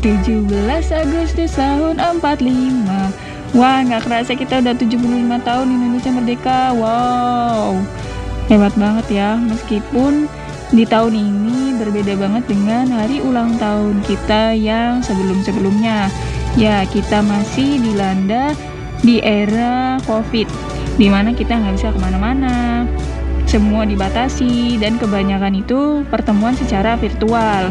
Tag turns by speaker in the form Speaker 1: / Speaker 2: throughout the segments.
Speaker 1: 17 Agustus tahun 45. Wah, nggak kerasa kita udah 75 tahun Indonesia merdeka. Wow, hebat banget ya. Meskipun di tahun ini berbeda banget dengan hari ulang tahun kita yang sebelum-sebelumnya. Ya, kita masih dilanda di era COVID, dimana kita nggak bisa kemana-mana. Semua dibatasi dan kebanyakan itu pertemuan secara virtual.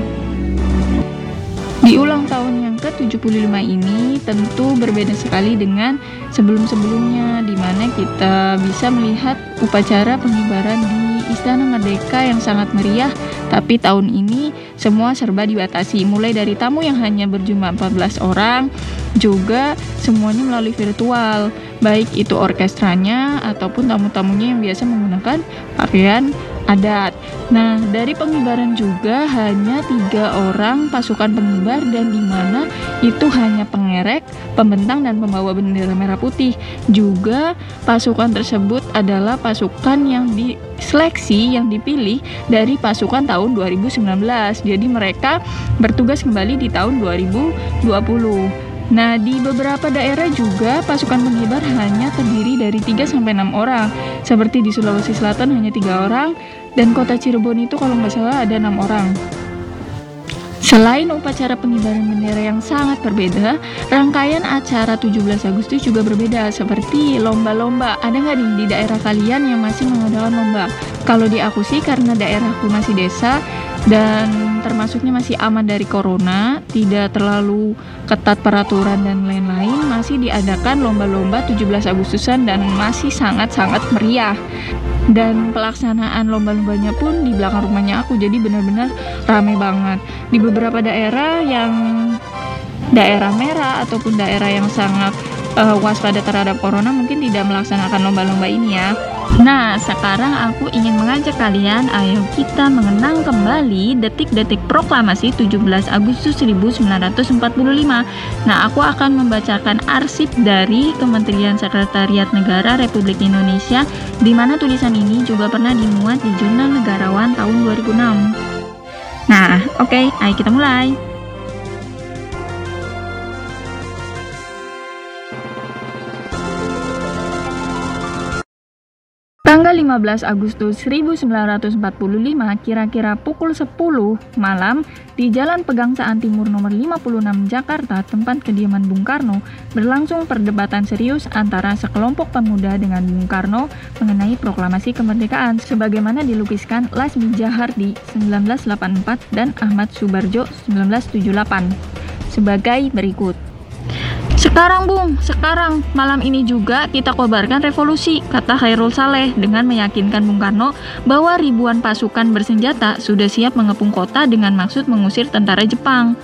Speaker 1: Di ulang tahun yang ke-75 ini tentu berbeda sekali dengan sebelum-sebelumnya, di mana kita bisa melihat upacara pengibaran di Istana Merdeka yang sangat meriah. Tapi tahun ini semua serba dibatasi, mulai dari tamu yang hanya berjumlah 14 orang, juga semuanya melalui virtual, baik itu orkestranya ataupun tamu-tamunya yang biasa menggunakan pakaian adat. Nah, dari pengibaran juga hanya 3 orang pasukan pengibar, dan di mana itu hanya pengerek, pembentang, dan pembawa bendera merah putih. Juga pasukan tersebut adalah pasukan yang diseleksi, yang dipilih dari pasukan tahun 2019. Jadi mereka bertugas kembali di tahun 2020. Nah, di beberapa daerah juga pasukan pengibar hanya terdiri dari 3-6 orang. Seperti di Sulawesi Selatan hanya 3 orang, dan kota Cirebon itu kalau nggak salah ada 6 orang. Selain upacara pengibaran bendera yang sangat berbeda, rangkaian acara 17 Agustus juga berbeda, seperti lomba-lomba. Ada nggak nih di daerah kalian yang masih mengadakan lomba? Kalau di aku sih, karena daerahku masih desa dan termasuknya masih aman dari corona, tidak terlalu ketat peraturan dan lain-lain, masih diadakan lomba-lomba 17 Agustusan dan masih sangat-sangat meriah. Dan pelaksanaan lomba-lombanya pun di belakang rumahnya aku, jadi benar-benar rame banget. Di beberapa daerah yang daerah merah ataupun daerah yang sangat waspada terhadap corona mungkin tidak melaksanakan lomba-lomba ini ya. Nah, sekarang aku ingin mengajak kalian, ayo kita mengenang kembali detik-detik proklamasi 17 Agustus 1945. Nah, aku akan membacakan arsip dari Kementerian Sekretariat Negara Republik Indonesia, di mana tulisan ini juga pernah dimuat di Jurnal Negarawan tahun 2006. Nah, oke, ayo kita mulai. Tanggal 15 Agustus 1945, kira-kira pukul 10 malam, di Jalan Pegangsaan Timur nomor 56 Jakarta, tempat kediaman Bung Karno, berlangsung perdebatan serius antara sekelompok pemuda dengan Bung Karno mengenai proklamasi kemerdekaan, sebagaimana dilukiskan Lasmi Jahardi 1984 dan Ahmad Subarjo 1978 sebagai berikut. Sekarang Bung, sekarang malam ini juga kita kobarkan revolusi, kata Khairul Saleh dengan meyakinkan Bung Karno bahwa ribuan pasukan bersenjata sudah siap mengepung kota dengan maksud mengusir tentara Jepang.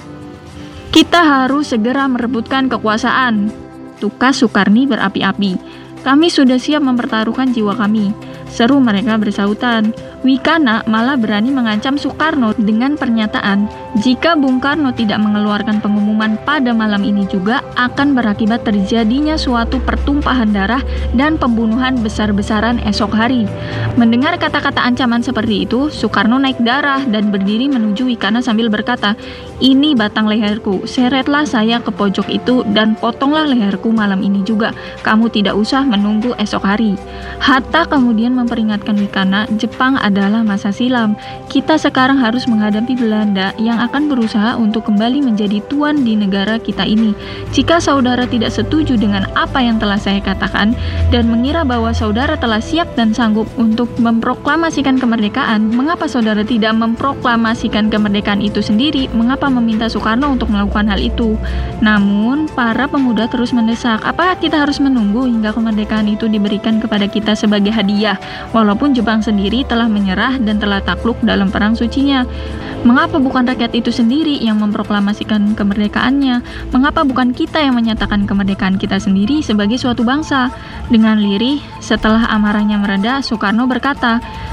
Speaker 1: Kita harus segera merebutkan kekuasaan, tukas Sukarni berapi-api. Kami sudah siap mempertaruhkan jiwa kami, seru mereka bersahutan. Wikana malah berani mengancam Soekarno dengan pernyataan, jika Bung Karno tidak mengeluarkan pengumuman pada malam ini juga akan berakibat terjadinya suatu pertumpahan darah dan pembunuhan besar-besaran esok hari. Mendengar kata-kata ancaman seperti itu, Soekarno naik darah dan berdiri menuju Wikana sambil berkata, ini batang leherku, seretlah saya ke pojok itu dan potonglah leherku malam ini juga. Kamu tidak usah menunggu esok hari. Hatta kemudian memperingatkan Wikana, Jepang adalah masa silam. Kita sekarang harus menghadapi Belanda yang akan berusaha untuk kembali menjadi tuan di negara kita ini. Jika saudara tidak setuju dengan apa yang telah saya katakan dan mengira bahwa saudara telah siap dan sanggup untuk memproklamasikan kemerdekaan, mengapa saudara tidak memproklamasikan kemerdekaan itu sendiri? Mengapa meminta Soekarno untuk melakukan hal itu? Namun, para pemuda terus mendesak, apa kita harus menunggu hingga kemerdekaan itu diberikan kepada kita sebagai hadiah, walaupun Jepang sendiri telah menyerah dan telah takluk dalam perang sucinya? Mengapa bukan rakyat itu sendiri yang memproklamasikan kemerdekaannya? Mengapa bukan kita yang menyatakan kemerdekaan kita sendiri sebagai suatu bangsa? Dengan lirih, setelah amarahnya mereda, Soekarno berkata,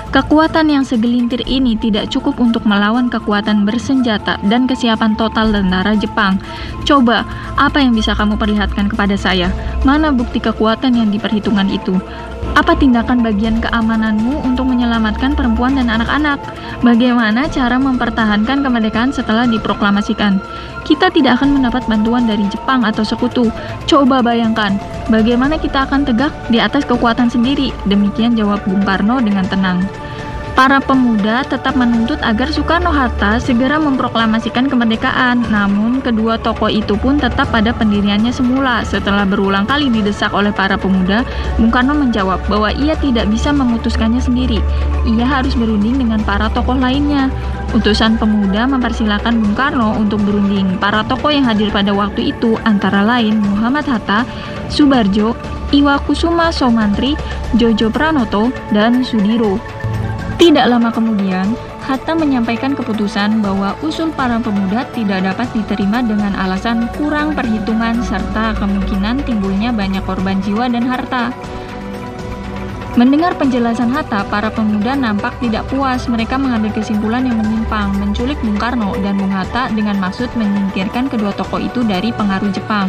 Speaker 1: Kekuatan yang segelintir ini tidak cukup untuk melawan kekuatan bersenjata dan kesiapan total tentara Jepang. Coba, apa yang bisa kamu perlihatkan kepada saya? Mana bukti kekuatan yang diperhitungkan itu? Apa tindakan bagian keamananmu untuk menyelamatkan perempuan dan anak-anak? Bagaimana cara mempertahankan kemerdekaan setelah diproklamasikan? Kita tidak akan mendapat bantuan dari Jepang atau sekutu. Coba bayangkan, bagaimana kita akan tegak di atas kekuatan sendiri? Demikian jawab Bung Karno dengan tenang. Para pemuda tetap menuntut agar Soekarno-Hatta segera memproklamasikan kemerdekaan. Namun, kedua tokoh itu pun tetap pada pendiriannya semula. Setelah berulang kali didesak oleh para pemuda, Bung Karno menjawab bahwa ia tidak bisa memutuskannya sendiri. Ia harus berunding dengan para tokoh lainnya. Utusan pemuda mempersilahkan Bung Karno untuk berunding. Para tokoh yang hadir pada waktu itu antara lain Muhammad Hatta, Soebardjo, Iwakusuma Soumantri, Djodjo Pranoto, dan Sudiro. Tidak lama kemudian, Hatta menyampaikan keputusan bahwa usul para pemuda tidak dapat diterima dengan alasan kurang perhitungan serta kemungkinan timbulnya banyak korban jiwa dan harta. Mendengar penjelasan Hatta, para pemuda nampak tidak puas. Mereka mengambil kesimpulan yang menyimpang, menculik Bung Karno dan Bung Hatta dengan maksud menyingkirkan kedua tokoh itu dari pengaruh Jepang.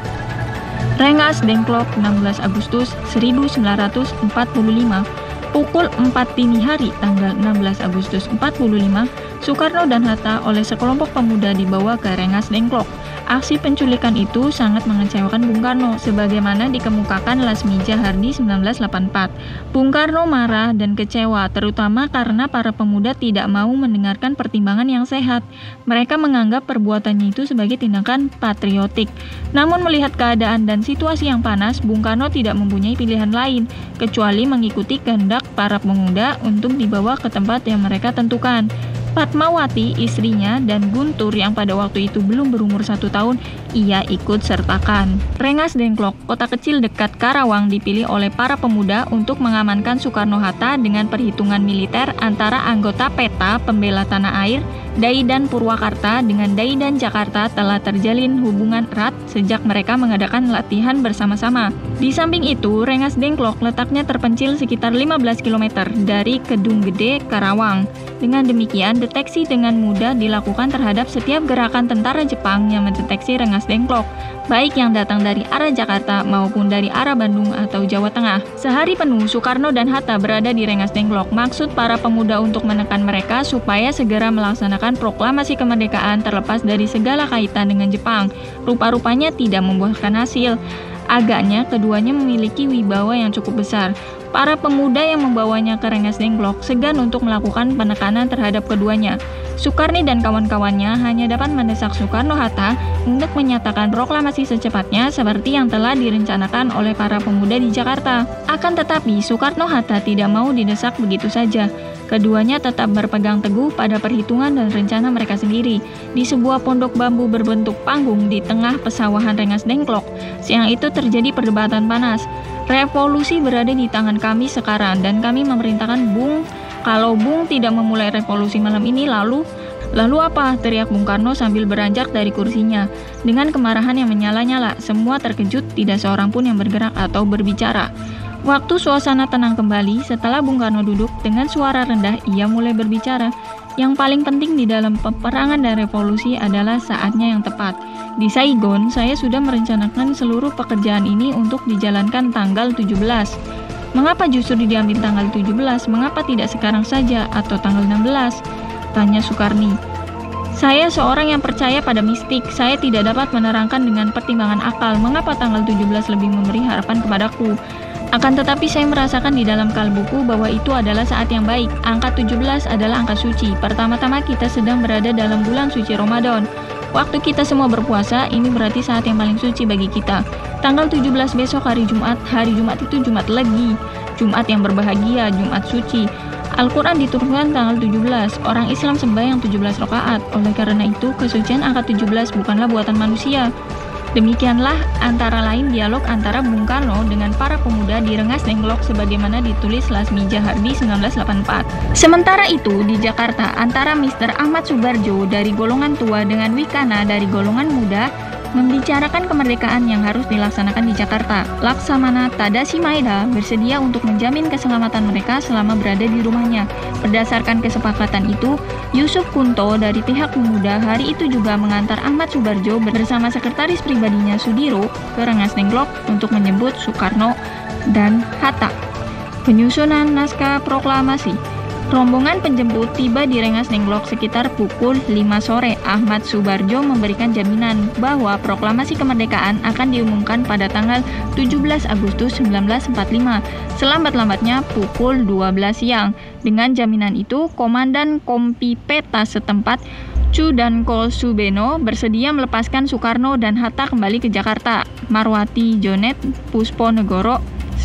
Speaker 1: Rengas Dengklok, 16 Agustus 1945. Pukul 4 dini hari tanggal 16 Agustus 45, Soekarno dan Hatta oleh sekelompok pemuda dibawa ke Rengas Dengklok. Aksi penculikan itu sangat mengecewakan Bung Karno, sebagaimana dikemukakan Lasmi Jahardi 1984. Bung Karno marah dan kecewa, terutama karena para pemuda tidak mau mendengarkan pertimbangan yang sehat. Mereka menganggap perbuatannya itu sebagai tindakan patriotik. Namun melihat keadaan dan situasi yang panas, Bung Karno tidak mempunyai pilihan lain, kecuali mengikuti kehendak para pemuda untuk dibawa ke tempat yang mereka tentukan. Fatmawati, istrinya, dan Guntur yang pada waktu itu belum berumur 1 tahun, ia ikut sertakan. Rengas Dengklok, kota kecil dekat Karawang, dipilih oleh para pemuda untuk mengamankan Soekarno-Hatta dengan perhitungan militer antara anggota PETA Pembela Tanah Air, Daidan Purwakarta dengan Daidan Jakarta telah terjalin hubungan erat sejak mereka mengadakan latihan bersama-sama. Di samping itu, Rengas Dengklok letaknya terpencil sekitar 15 km dari Kedung Gede, Karawang. Dengan demikian, deteksi dengan mudah dilakukan terhadap setiap gerakan tentara Jepang yang mendeteksi Rengas Dengklok, baik yang datang dari arah Jakarta maupun dari arah Bandung atau Jawa Tengah. Sehari penuh, Soekarno dan Hatta berada di Rengas Dengklok. Maksud para pemuda untuk menekan mereka supaya segera melaksanakan proklamasi kemerdekaan terlepas dari segala kaitan dengan Jepang. Rupa-rupanya tidak membuahkan hasil. Agaknya keduanya memiliki wibawa yang cukup besar. Para pemuda yang membawanya ke Rengas Dengklok segan untuk melakukan penekanan terhadap keduanya. Soekarni dan kawan-kawannya hanya dapat mendesak Soekarno-Hatta untuk menyatakan proklamasi secepatnya seperti yang telah direncanakan oleh para pemuda di Jakarta. Akan tetapi, Soekarno-Hatta tidak mau didesak begitu saja. Keduanya tetap berpegang teguh pada perhitungan dan rencana mereka sendiri. Di sebuah pondok bambu berbentuk panggung di tengah pesawahan Rengas Dengklok, siang itu terjadi perdebatan panas. Revolusi berada di tangan kami sekarang dan kami memerintahkan Bung, kalau Bung tidak memulai revolusi malam ini lalu apa? Teriak Bung Karno sambil beranjak dari kursinya. Dengan kemarahan yang menyala-nyala, semua terkejut, tidak seorang pun yang bergerak atau berbicara. Waktu suasana tenang kembali, setelah Bung Karno duduk, dengan suara rendah ia mulai berbicara. Yang paling penting di dalam peperangan dan revolusi adalah saatnya yang tepat. Di Saigon, saya sudah merencanakan seluruh pekerjaan ini untuk dijalankan tanggal 17. Mengapa justru diambil tanggal 17? Mengapa tidak sekarang saja atau tanggal 16? Tanya Soekarni. Saya seorang yang percaya pada mistik. Saya tidak dapat menerangkan dengan pertimbangan akal mengapa tanggal 17 lebih memberi harapan kepadaku. Akan tetapi saya merasakan di dalam kalbuku bahwa itu adalah saat yang baik. Angka 17 adalah angka suci. Pertama-tama kita sedang berada dalam bulan suci Ramadan. Waktu kita semua berpuasa, ini berarti saat yang paling suci bagi kita. Tanggal 17 besok hari Jumat itu Jumat Legi, Jumat yang berbahagia, Jumat suci. Al-Quran diturunkan tanggal 17, orang Islam sembahyang 17 rakaat. Oleh karena itu, kesucian angka 17 bukanlah buatan manusia. Demikianlah antara lain dialog antara Bung Karno dengan para pemuda di Rengas Dengklok sebagaimana ditulis Lasmi Jahardi 1984. Sementara itu di Jakarta antara Mr. Ahmad Soebardjo dari golongan tua dengan Wikana dari golongan muda Membicarakan kemerdekaan yang harus dilaksanakan di Jakarta, Laksamana Tadashi Maeda bersedia untuk menjamin keselamatan mereka selama berada di rumahnya. Berdasarkan kesepakatan itu, Yusuf Kunto dari pihak Pemuda hari itu juga mengantar Ahmad Subarjo bersama sekretaris pribadinya Sudiro ke Rengas Dengklok untuk menjemput Soekarno dan Hatta. Penyusunan naskah proklamasi. Rombongan penjemput tiba di Rengas Dengklok sekitar pukul 5 sore. Ahmad Subarjo memberikan jaminan bahwa proklamasi kemerdekaan akan diumumkan pada tanggal 17 Agustus 1945, selambat-lambatnya pukul 12 siang. Dengan jaminan itu, Komandan Kompi Peta setempat, Chu dan Kol Subeno, bersedia melepaskan Soekarno dan Hatta kembali ke Jakarta. Marwati Jonet, Puspo Negoro,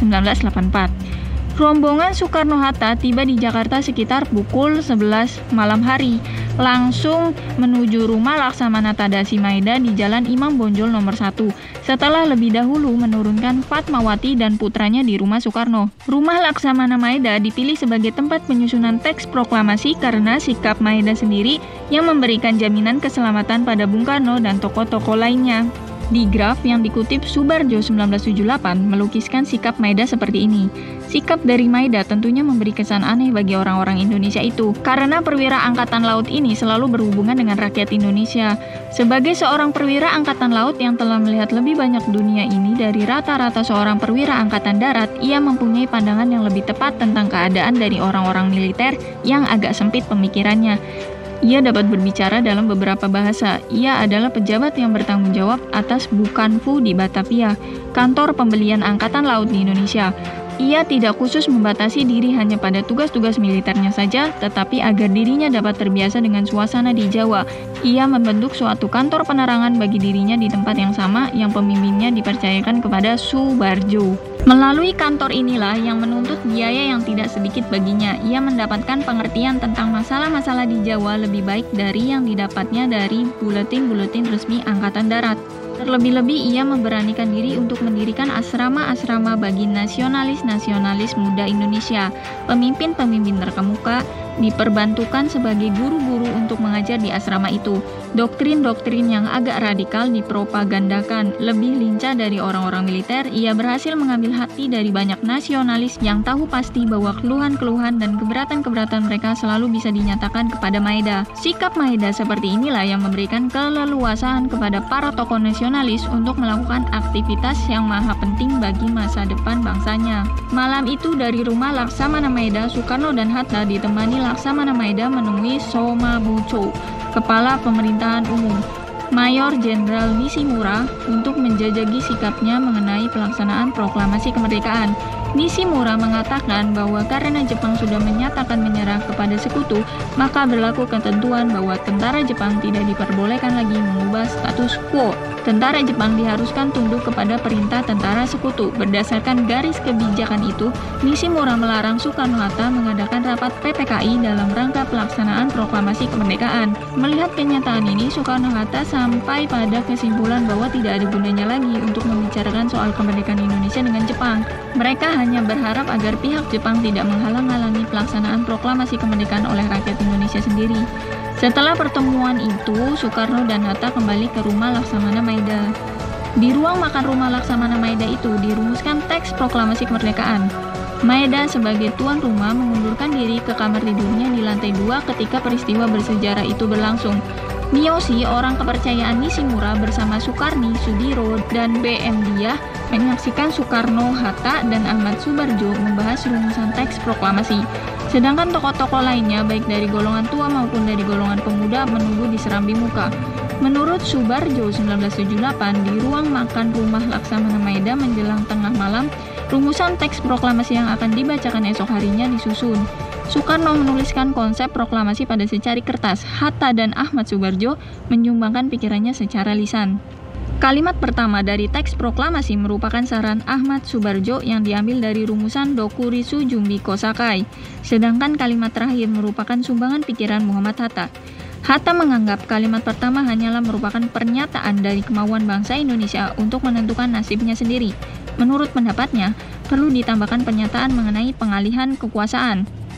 Speaker 1: 1984. Rombongan Soekarno-Hatta tiba di Jakarta sekitar pukul 11 malam hari, langsung menuju rumah Laksamana Tadashi Maeda di Jalan Imam Bonjol nomor 1, setelah lebih dahulu menurunkan Fatmawati dan putranya di rumah Soekarno. Rumah Laksamana Maeda dipilih sebagai tempat penyusunan teks proklamasi karena sikap Maeda sendiri yang memberikan jaminan keselamatan pada Bung Karno dan tokoh-tokoh lainnya. Di graf yang dikutip Subarjo 1978 melukiskan sikap Maeda seperti ini. Sikap dari Maeda tentunya memberi kesan aneh bagi orang-orang Indonesia itu, karena perwira angkatan laut ini selalu berhubungan dengan rakyat Indonesia. Sebagai seorang perwira angkatan laut yang telah melihat lebih banyak dunia ini dari rata-rata seorang perwira angkatan darat, ia mempunyai pandangan yang lebih tepat tentang keadaan dari orang-orang militer yang agak sempit pemikirannya. Ia dapat berbicara dalam beberapa bahasa. Ia adalah pejabat yang bertanggung jawab atas Bukanfu di Batavia, kantor pembelian angkatan laut di Indonesia. Ia tidak khusus membatasi diri hanya pada tugas-tugas militernya saja, tetapi agar dirinya dapat terbiasa dengan suasana di Jawa. Ia membentuk suatu kantor penerangan bagi dirinya di tempat yang sama yang pemimpinnya dipercayakan kepada Subarjo. Melalui kantor inilah yang menuntut biaya yang tidak sedikit baginya. Ia mendapatkan pengertian tentang masalah-masalah di Jawa lebih baik dari yang didapatnya dari buletin-buletin resmi Angkatan Darat. Terlebih-lebih ia memberanikan diri untuk mendirikan asrama-asrama bagi nasionalis-nasionalis muda Indonesia. Pemimpin-pemimpin terkemuka diperbantukan sebagai guru-guru untuk mengajar di asrama itu. Doktrin-doktrin yang agak radikal dipropagandakan. Lebih lincah dari orang-orang militer, ia berhasil mengambil hati dari banyak nasionalis yang tahu pasti bahwa keluhan-keluhan dan keberatan-keberatan mereka selalu bisa dinyatakan kepada Maeda. Sikap Maeda seperti inilah yang memberikan keleluasaan kepada para tokoh nasionalis untuk melakukan aktivitas yang maha penting bagi masa depan bangsanya. Malam itu dari rumah Laksamana Maeda, Soekarno dan Hatta ditemani Laksamana Maeda menemui Somabucho, Kepala Pemerintahan Umum, Mayor Jenderal Nishimura, untuk menjajaki sikapnya mengenai pelaksanaan proklamasi kemerdekaan. Nishimura mengatakan bahwa karena Jepang sudah menyatakan menyerah kepada sekutu, maka berlaku ketentuan bahwa tentara Jepang tidak diperbolehkan lagi mengubah status quo. Tentara Jepang diharuskan tunduk kepada perintah tentara sekutu. Berdasarkan garis kebijakan itu, Nishimura melarang Soekarno-Hatta mengadakan rapat PPKI dalam rangka pelaksanaan proklamasi kemerdekaan. Melihat kenyataan ini, Soekarno-Hatta sampai pada kesimpulan bahwa tidak ada gunanya lagi untuk membicarakan soal kemerdekaan Indonesia dengan Jepang. Mereka hanya berharap agar pihak Jepang tidak menghalang-halangi pelaksanaan proklamasi kemerdekaan oleh rakyat Indonesia sendiri. Setelah pertemuan itu, Soekarno dan Hatta kembali ke rumah Laksamana Maeda. Di ruang makan rumah Laksamana Maeda itu dirumuskan teks proklamasi kemerdekaan. Maeda sebagai tuan rumah mengundurkan diri ke kamar tidurnya di lantai 2 ketika peristiwa bersejarah itu berlangsung. Miyoshi, orang kepercayaan Nishimura, bersama Soekarni, Sudiro, dan B.M. Diah menyaksikan Soekarno, Hatta, dan Ahmad Subarjo membahas rumusan teks proklamasi. Sedangkan tokoh-tokoh lainnya, baik dari golongan tua maupun dari golongan pemuda, menunggu di serambi muka. Menurut Subarjo 1978, di ruang makan rumah Laksamana Maeda menjelang tengah malam, rumusan teks proklamasi yang akan dibacakan esok harinya disusun. Soekarno menuliskan konsep proklamasi pada secari kertas. Hatta dan Ahmad Subarjo menyumbangkan pikirannya secara lisan. Kalimat pertama dari teks proklamasi merupakan saran Ahmad Subarjo yang diambil dari rumusan Dokurisu Jumbi Kosakai. Sedangkan kalimat terakhir merupakan sumbangan pikiran Muhammad Hatta. Hatta menganggap kalimat pertama hanyalah merupakan pernyataan dari kemauan bangsa Indonesia untuk menentukan nasibnya sendiri. Menurut pendapatnya, perlu ditambahkan pernyataan mengenai pengalihan kekuasaan.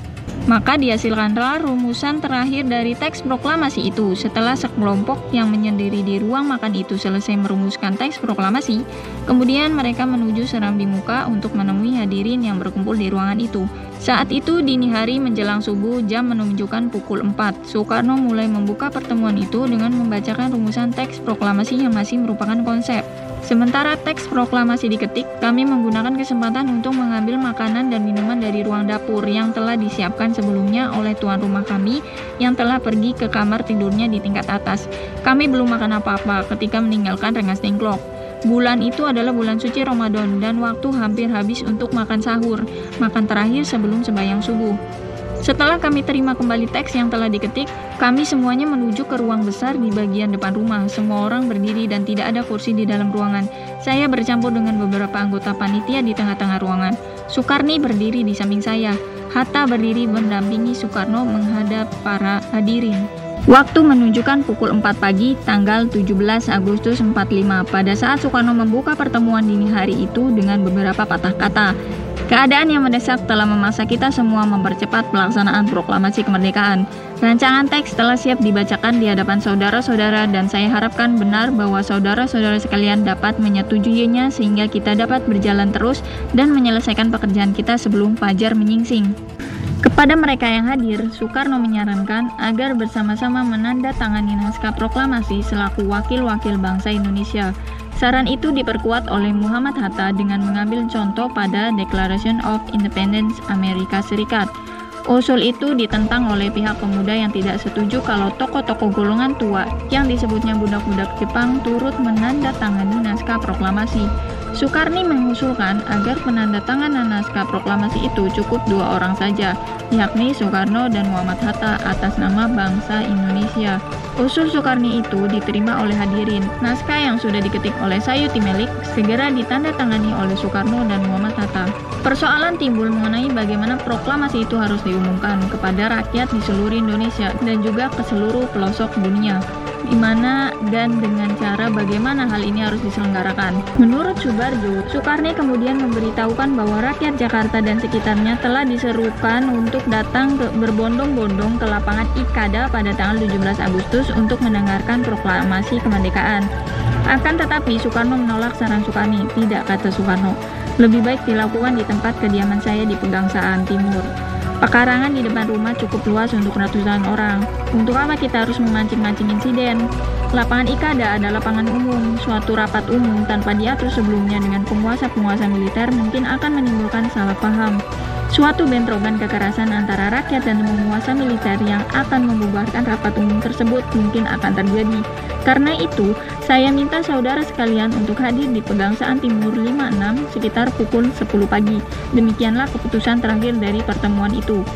Speaker 1: Maka dihasilkanlah rumusan terakhir dari teks proklamasi itu. Setelah sekelompok yang menyendiri di ruang makan itu selesai merumuskan teks proklamasi, kemudian mereka menuju serambi muka untuk menemui hadirin yang berkumpul di ruangan itu. Saat itu dini hari menjelang subuh, jam menunjukkan pukul 4. Soekarno mulai membuka pertemuan itu dengan membacakan rumusan teks proklamasi yang masih merupakan konsep. Sementara teks proklamasi diketik, kami menggunakan kesempatan untuk mengambil makanan dan minuman dari ruang dapur yang telah disiapkan sebelumnya oleh tuan rumah kami yang telah pergi ke kamar tidurnya di tingkat atas. Kami belum makan apa-apa ketika meninggalkan Rengas Dengklok. Bulan itu adalah bulan suci Ramadan dan waktu hampir habis untuk makan sahur, makan terakhir sebelum sembahyang subuh. Setelah kami terima kembali teks yang telah diketik, kami semuanya menuju ke ruang besar di bagian depan rumah. Semua orang berdiri dan tidak ada kursi di dalam ruangan. Saya bercampur dengan beberapa anggota panitia di tengah-tengah ruangan. Sukarni berdiri di samping saya. Hatta berdiri mendampingi Soekarno menghadap para hadirin. Waktu menunjukkan pukul 4 pagi, tanggal 17 Agustus 45, pada saat Soekarno membuka pertemuan dini hari itu dengan beberapa patah kata. Keadaan yang mendesak telah memaksa kita semua mempercepat pelaksanaan proklamasi kemerdekaan. Rancangan teks telah siap dibacakan di hadapan saudara-saudara dan saya harapkan benar bahwa saudara-saudara sekalian dapat menyetujuinya sehingga kita dapat berjalan terus dan menyelesaikan pekerjaan kita sebelum fajar menyingsing. Kepada mereka yang hadir, Soekarno menyarankan agar bersama-sama menandatangani naskah proklamasi selaku wakil-wakil bangsa Indonesia. Saran itu diperkuat oleh Muhammad Hatta dengan mengambil contoh pada Declaration of Independence Amerika Serikat. Usul itu ditentang oleh pihak pemuda yang tidak setuju kalau tokoh-tokoh golongan tua yang disebutnya budak-budak Jepang turut menandatangani naskah proklamasi. Soekarni mengusulkan agar penandatanganan naskah proklamasi itu cukup 2 orang saja, yakni Soekarno dan Muhammad Hatta atas nama bangsa Indonesia. Usul Soekarni itu diterima oleh hadirin. Naskah yang sudah diketik oleh Sayuti Melik segera ditandatangani oleh Soekarno dan Muhammad Hatta. Persoalan timbul mengenai bagaimana proklamasi itu harus diumumkan kepada rakyat di seluruh Indonesia dan juga ke seluruh pelosok dunia. Di mana dan dengan cara bagaimana hal ini harus diselenggarakan. Menurut Subarjo, Soekarni kemudian memberitahukan bahwa rakyat Jakarta dan sekitarnya telah diserukan untuk datang berbondong-bondong ke lapangan Ikada pada tanggal 17 Agustus untuk mendengarkan proklamasi kemerdekaan. Akan tetapi Soekarno menolak saran Soekarni. Tidak, kata Soekarno, lebih baik dilakukan di tempat kediaman saya di Pegangsaan Timur. Pekarangan di depan rumah cukup luas untuk ratusan orang. Untuk apa kita harus memancing-mancing insiden? Lapangan Ikada adalah lapangan umum. Suatu rapat umum tanpa diatur sebelumnya dengan penguasa-penguasa militer mungkin akan menimbulkan salah paham. Suatu bentrokan kekerasan antara rakyat dan penguasa militer yang akan membubarkan rapat umum tersebut mungkin akan terjadi. Karena itu, saya minta saudara sekalian untuk hadir di Pegangsaan Timur 56 sekitar pukul 10 pagi. Demikianlah keputusan terakhir dari pertemuan itu.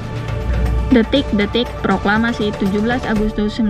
Speaker 1: Detik-detik proklamasi 17 Agustus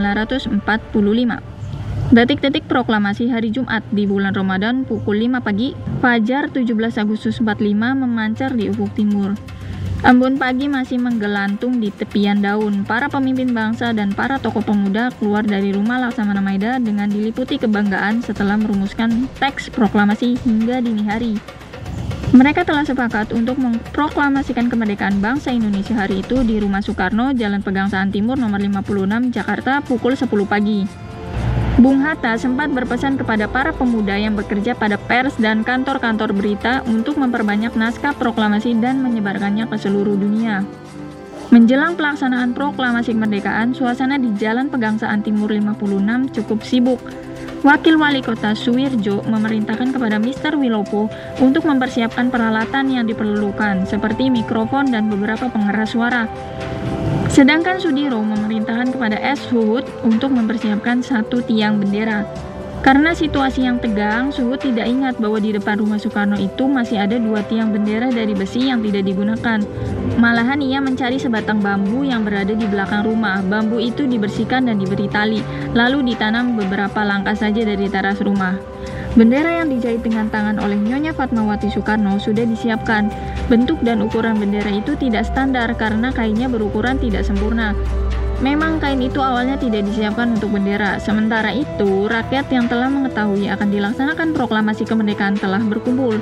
Speaker 1: 1945. Detik-detik proklamasi hari Jumat di bulan Ramadan pukul 5 pagi, fajar 17 Agustus 45 memancar di ufuk timur. Embun pagi masih menggelantung di tepian daun. Para pemimpin bangsa dan para tokoh pemuda keluar dari rumah Laksamana Maeda dengan diliputi kebanggaan setelah merumuskan teks proklamasi hingga dini hari. Mereka telah sepakat untuk memproklamasikan kemerdekaan bangsa Indonesia hari itu di Rumah Soekarno, Jalan Pegangsaan Timur nomor 56, Jakarta pukul 10 pagi. Bung Hatta sempat berpesan kepada para pemuda yang bekerja pada pers dan kantor-kantor berita untuk memperbanyak naskah proklamasi dan menyebarkannya ke seluruh dunia. Menjelang pelaksanaan proklamasi kemerdekaan, suasana di Jalan Pegangsaan Timur 56 cukup sibuk. Wakil Wali Kota Suwirjo memerintahkan kepada Mr. Wilopo untuk mempersiapkan peralatan yang diperlukan, seperti mikrofon dan beberapa pengeras suara. Sedangkan Sudiro memerintahkan kepada S. Suhut untuk mempersiapkan 1 tiang bendera. Karena situasi yang tegang, Suhut tidak ingat bahwa di depan rumah Soekarno itu masih ada 2 tiang bendera dari besi yang tidak digunakan. Malahan ia mencari sebatang bambu yang berada di belakang rumah. Bambu itu dibersihkan dan diberi tali, lalu ditanam beberapa langkah saja dari teras rumah. Bendera yang dijahit dengan tangan oleh Nyonya Fatmawati Soekarno sudah disiapkan. Bentuk dan ukuran bendera itu tidak standar karena kainnya berukuran tidak sempurna. Memang kain itu awalnya tidak disiapkan untuk bendera. Sementara itu, rakyat yang telah mengetahui akan dilaksanakan proklamasi kemerdekaan telah berkumpul.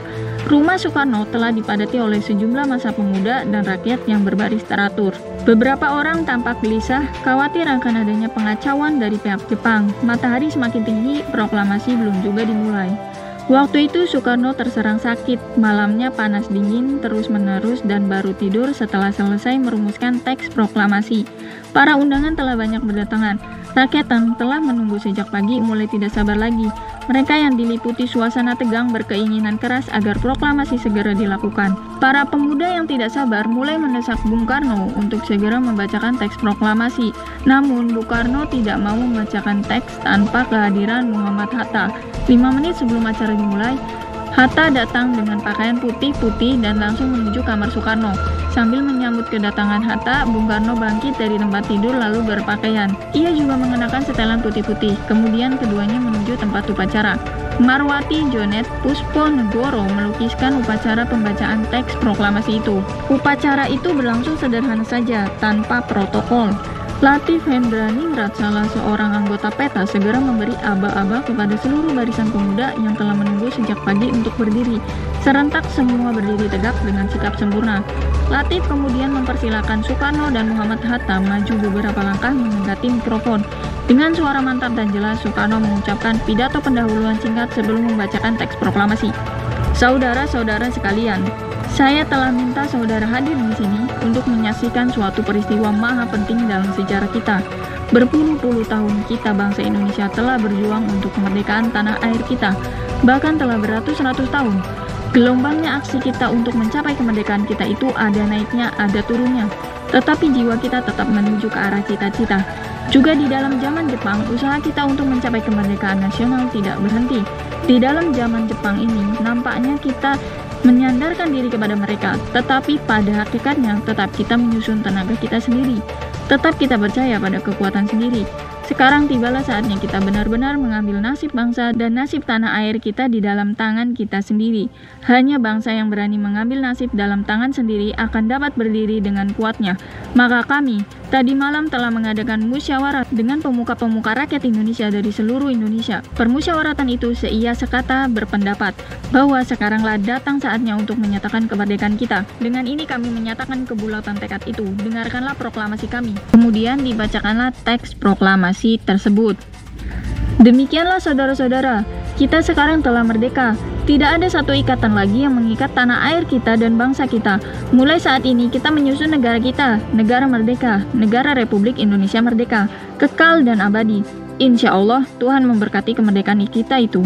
Speaker 1: Rumah Soekarno telah dipadati oleh sejumlah massa pemuda dan rakyat yang berbaris teratur. Beberapa orang tampak gelisah, khawatir akan adanya pengacauan dari pihak Jepang. Matahari semakin tinggi, proklamasi belum juga dimulai. Waktu itu Soekarno terserang sakit, malamnya panas dingin terus-menerus dan baru tidur setelah selesai merumuskan teks proklamasi. Para undangan telah banyak berdatangan. Rakyat yang telah menunggu sejak pagi mulai tidak sabar lagi. Mereka yang diliputi suasana tegang berkeinginan keras agar proklamasi segera dilakukan. Para pemuda yang tidak sabar mulai mendesak Bung Karno untuk segera membacakan teks proklamasi. Namun Bung Karno tidak mau membacakan teks tanpa kehadiran Muhammad Hatta. 5 menit sebelum acara dimulai, Hatta datang dengan pakaian putih-putih dan langsung menuju kamar Soekarno. Sambil menyambut kedatangan Hatta, Bung Karno bangkit dari tempat tidur lalu berpakaian. Ia juga mengenakan setelan putih-putih. Kemudian keduanya menuju tempat upacara. Marwati Jonet Puspo Negoro melukiskan upacara pembacaan teks proklamasi itu. Upacara itu berlangsung sederhana saja, tanpa protokol. Latif Hendraningrat, salah seorang anggota PETA, segera memberi aba-aba kepada seluruh barisan pemuda yang telah menunggu sejak pagi untuk berdiri. Serentak semua berdiri tegak dengan sikap sempurna. Latif kemudian mempersilakan Soekarno dan Muhammad Hatta maju beberapa langkah mendekati mikrofon. Dengan suara mantap dan jelas, Soekarno mengucapkan pidato pendahuluan singkat sebelum membacakan teks proklamasi. Saudara-saudara sekalian, saya telah minta saudara hadir di sini untuk menyaksikan suatu peristiwa maha penting dalam sejarah kita. Berpuluh-puluh tahun kita bangsa Indonesia telah berjuang untuk kemerdekaan tanah air kita, bahkan telah beratus-ratus tahun. Gelombangnya aksi kita untuk mencapai kemerdekaan kita itu ada naiknya, ada turunnya. Tetapi jiwa kita tetap menuju ke arah cita-cita. Juga di dalam zaman Jepang, usaha kita untuk mencapai kemerdekaan nasional tidak berhenti. Di dalam zaman Jepang ini, nampaknya kita menyandarkan diri kepada mereka, tetapi pada hakikatnya tetap kita menyusun tenaga kita sendiri. Tetap kita percaya pada kekuatan sendiri. Sekarang tibalah saatnya kita benar-benar mengambil nasib bangsa dan nasib tanah air kita di dalam tangan kita sendiri. Hanya bangsa yang berani mengambil nasib dalam tangan sendiri akan dapat berdiri dengan kuatnya. Maka kami tadi malam telah mengadakan musyawarah dengan pemuka-pemuka rakyat Indonesia dari seluruh Indonesia. Permusyawaratan itu seia sekata berpendapat bahwa sekaranglah datang saatnya untuk menyatakan kemerdekaan kita. Dengan ini kami menyatakan kebulatan tekad itu. Dengarkanlah proklamasi kami. Kemudian dibacakanlah teks proklamasi tersebut. Demikianlah saudara-saudara, kita sekarang telah merdeka. Tidak ada satu ikatan lagi yang mengikat tanah air kita dan bangsa kita. Mulai saat ini kita menyusun negara kita, negara merdeka, negara Republik Indonesia Merdeka, kekal dan abadi. Insya Allah Tuhan memberkati kemerdekaan kita itu.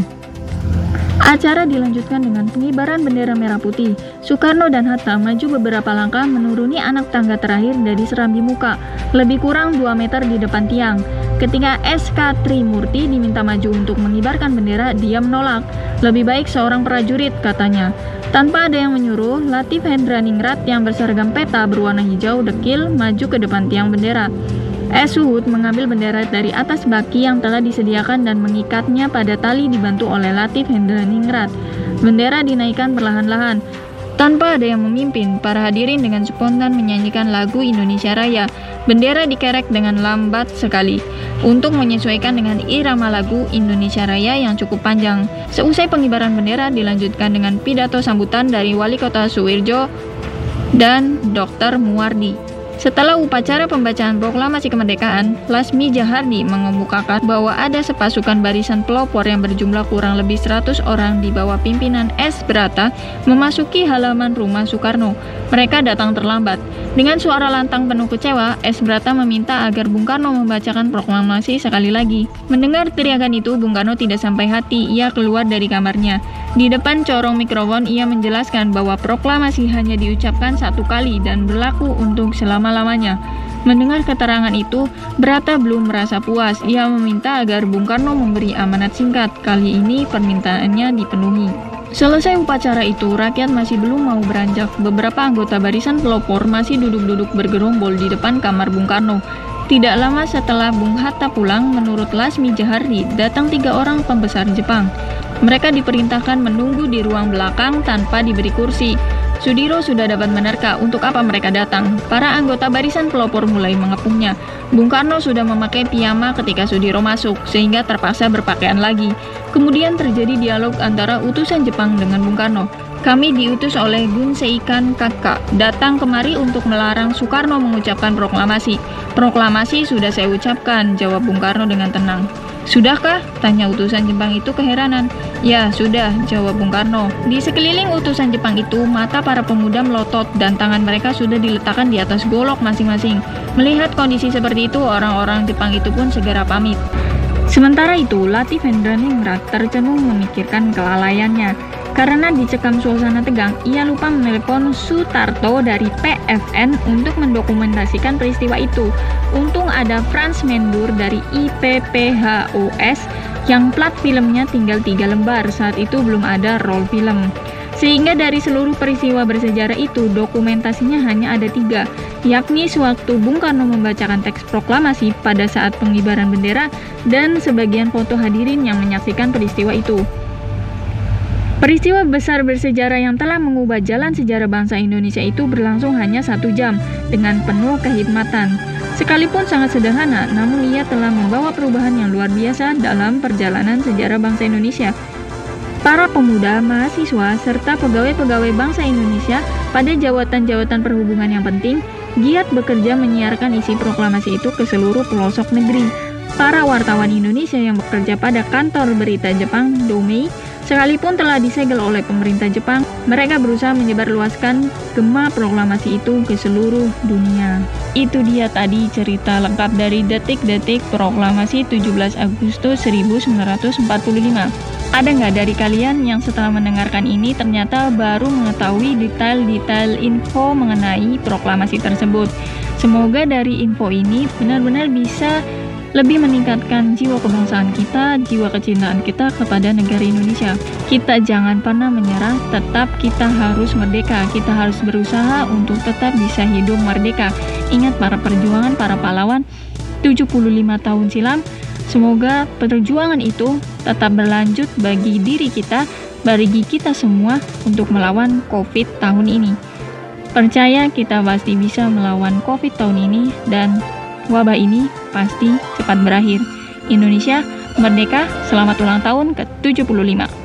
Speaker 1: Acara dilanjutkan dengan pengibaran bendera merah putih. Soekarno dan Hatta maju beberapa langkah menuruni anak tangga terakhir dari serambi muka, lebih kurang 2 meter di depan tiang. Ketika SK Trimurti diminta maju untuk mengibarkan bendera, dia menolak. Lebih baik seorang prajurit, katanya. Tanpa ada yang menyuruh, Latif Hendraningrat yang berseragam PETA berwarna hijau dekil maju ke depan tiang bendera. Suhud mengambil bendera dari atas baki yang telah disediakan dan mengikatnya pada tali dibantu oleh Latif Hendraningrat. Bendera dinaikkan perlahan-lahan. Tanpa ada yang memimpin, para hadirin dengan spontan menyanyikan lagu Indonesia Raya. Bendera dikerek dengan lambat sekali untuk menyesuaikan dengan irama lagu Indonesia Raya yang cukup panjang. Seusai pengibaran bendera dilanjutkan dengan pidato sambutan dari Wali Kota Suwirjo dan Dr. Muwardi. Setelah upacara pembacaan proklamasi kemerdekaan, Lasmi Jahardi mengemukakan bahwa ada sepasukan barisan pelopor yang berjumlah kurang lebih 100 orang di bawah pimpinan S. Brata memasuki halaman rumah Soekarno. Mereka datang terlambat. Dengan suara lantang penuh kecewa, S. Brata meminta agar Bung Karno membacakan proklamasi sekali lagi. Mendengar teriakan itu, Bung Karno tidak sampai hati, ia keluar dari kamarnya. Di depan corong mikrofon, ia menjelaskan bahwa proklamasi hanya diucapkan 1 kali dan berlaku untuk selama-lamanya. Mendengar keterangan itu, Brata belum merasa puas. Ia meminta agar Bung Karno memberi amanat singkat. Kali ini permintaannya dipenuhi. Selesai upacara itu, rakyat masih belum mau beranjak. Beberapa anggota barisan pelopor masih duduk-duduk bergerombol di depan kamar Bung Karno. Tidak lama setelah Bung Hatta pulang, menurut Lasmi Jahardi, datang 3 orang pembesar Jepang. Mereka diperintahkan menunggu di ruang belakang tanpa diberi kursi. Sudiro sudah dapat menerka untuk apa mereka datang. Para anggota barisan pelopor mulai mengepungnya. Bung Karno sudah memakai piyama ketika Sudiro masuk, sehingga terpaksa berpakaian lagi. Kemudian terjadi dialog antara utusan Jepang dengan Bung Karno. Kami diutus oleh Gun Seikan Kakak datang kemari untuk melarang Soekarno mengucapkan proklamasi. Proklamasi sudah saya ucapkan, jawab Bung Karno dengan tenang. Sudahkah? Tanya utusan Jepang itu keheranan. Ya, sudah, jawab Bung Karno. Di sekeliling utusan Jepang itu, mata para pemuda melotot dan tangan mereka sudah diletakkan di atas golok masing-masing. Melihat kondisi seperti itu, orang-orang Jepang itu pun segera pamit. Sementara itu, Latifendraningrat tercenung memikirkan kelalaiannya. Karena dicekam suasana tegang, ia lupa menelepon Sutarto dari PFN untuk mendokumentasikan peristiwa itu. Untung ada Frans Mendur dari IPPHOS yang plat filmnya tinggal 3 lembar, saat itu belum ada roll film. Sehingga dari seluruh peristiwa bersejarah itu, dokumentasinya hanya ada 3, yakni sewaktu Bung Karno membacakan teks proklamasi pada saat pengibaran bendera dan sebagian foto hadirin yang menyaksikan peristiwa itu. Peristiwa besar bersejarah yang telah mengubah jalan sejarah bangsa Indonesia itu berlangsung hanya 1 jam dengan penuh kehikmatan. Sekalipun sangat sederhana, namun ia telah membawa perubahan yang luar biasa dalam perjalanan sejarah bangsa Indonesia. Para pemuda, mahasiswa, serta pegawai-pegawai bangsa Indonesia pada jawatan-jawatan perhubungan yang penting giat bekerja menyiarkan isi proklamasi itu ke seluruh pelosok negeri. Para wartawan Indonesia yang bekerja pada kantor berita Jepang, Domei, sekalipun telah disegel oleh pemerintah Jepang, mereka berusaha menyebarluaskan gema proklamasi itu ke seluruh dunia. Itu dia tadi cerita lengkap dari detik-detik proklamasi 17 Agustus 1945. Ada nggak dari kalian yang setelah mendengarkan ini ternyata baru mengetahui detail-detail info mengenai proklamasi tersebut? Semoga dari info ini benar-benar bisa lebih meningkatkan jiwa kebangsaan kita, jiwa kecintaan kita kepada negara Indonesia. Kita jangan pernah menyerah, tetap kita harus merdeka. Kita harus berusaha untuk tetap bisa hidup merdeka. Ingat para perjuangan, para pahlawan 75 tahun silam. Semoga perjuangan itu tetap berlanjut bagi diri kita, bagi kita semua untuk melawan COVID tahun ini. Percaya kita pasti bisa melawan COVID tahun ini dan wabah ini pasti cepat berakhir. Indonesia merdeka, selamat ulang tahun ke-75.